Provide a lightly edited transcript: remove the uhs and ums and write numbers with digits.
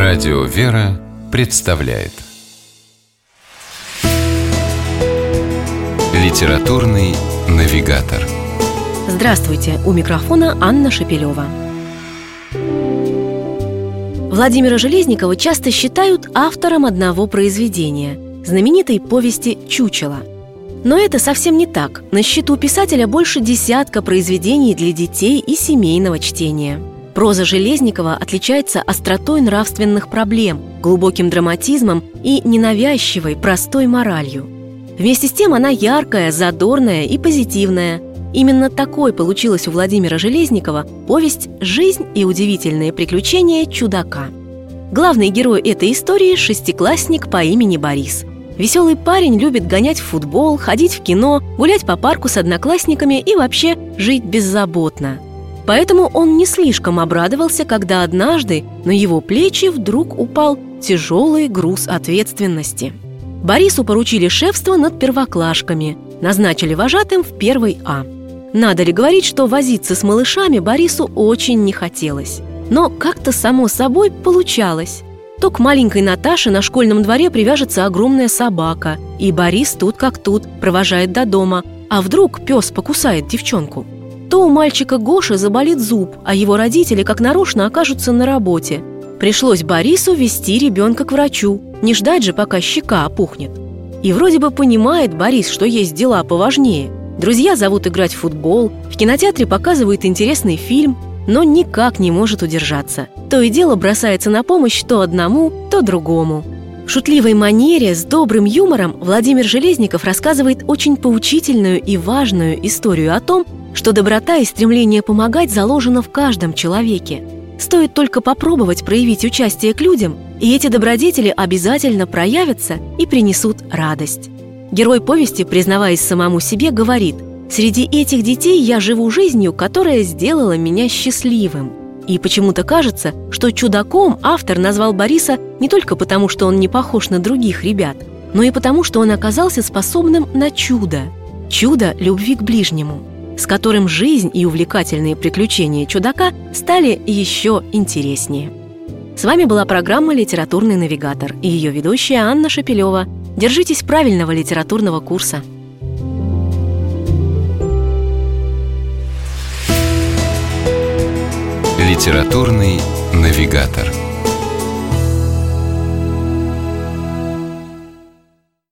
Радио «Вера» представляет Литературный навигатор. Здравствуйте! У микрофона Анна Шепелева. Владимира Железникова часто считают автором одного произведения – знаменитой повести «Чучело». Но это совсем не так. На счету писателя больше десятка произведений для детей и семейного чтения. Проза Железникова отличается остротой нравственных проблем, глубоким драматизмом и ненавязчивой, простой моралью. Вместе с тем она яркая, задорная и позитивная. Именно такой получилась у Владимира Железникова повесть «Жизнь и удивительные приключения чудака». Главный герой этой истории – шестиклассник по имени Борис. Веселый парень любит гонять в футбол, ходить в кино, гулять по парку с одноклассниками и вообще жить беззаботно. Поэтому он не слишком обрадовался, когда однажды на его плечи вдруг упал тяжелый груз ответственности. Борису поручили шефство над первоклашками, назначили вожатым в 1 А. Надо ли говорить, что возиться с малышами Борису очень не хотелось. Но как-то само собой получалось. То к маленькой Наташе на школьном дворе привяжется огромная собака, и Борис тут как тут провожает до дома, а вдруг пес покусает девчонку. То у мальчика Гоши заболит зуб, а его родители как нарочно окажутся на работе. Пришлось Борису везти ребенка к врачу, не ждать же, пока щека опухнет. И вроде бы понимает Борис, что есть дела поважнее. Друзья зовут играть в футбол, в кинотеатре показывают интересный фильм, но никак не может удержаться. То и дело бросается на помощь то одному, то другому. В шутливой манере, с добрым юмором Владимир Железников рассказывает очень поучительную и важную историю о том, что доброта и стремление помогать заложено в каждом человеке. Стоит только попробовать проявить участие к людям, и эти добродетели обязательно проявятся и принесут радость. Герой повести, признаваясь самому себе, говорит: «Среди этих детей я живу жизнью, которая сделала меня счастливым». И почему-то кажется, что чудаком автор назвал Бориса не только потому, что он не похож на других ребят, но и потому, что он оказался способным на чудо. Чудо любви к ближнему, с которым жизнь и увлекательные приключения чудака стали еще интереснее. С вами была программа «Литературный навигатор» и ее ведущая Анна Шепелева. Держитесь правильного литературного курса. Литературный навигатор.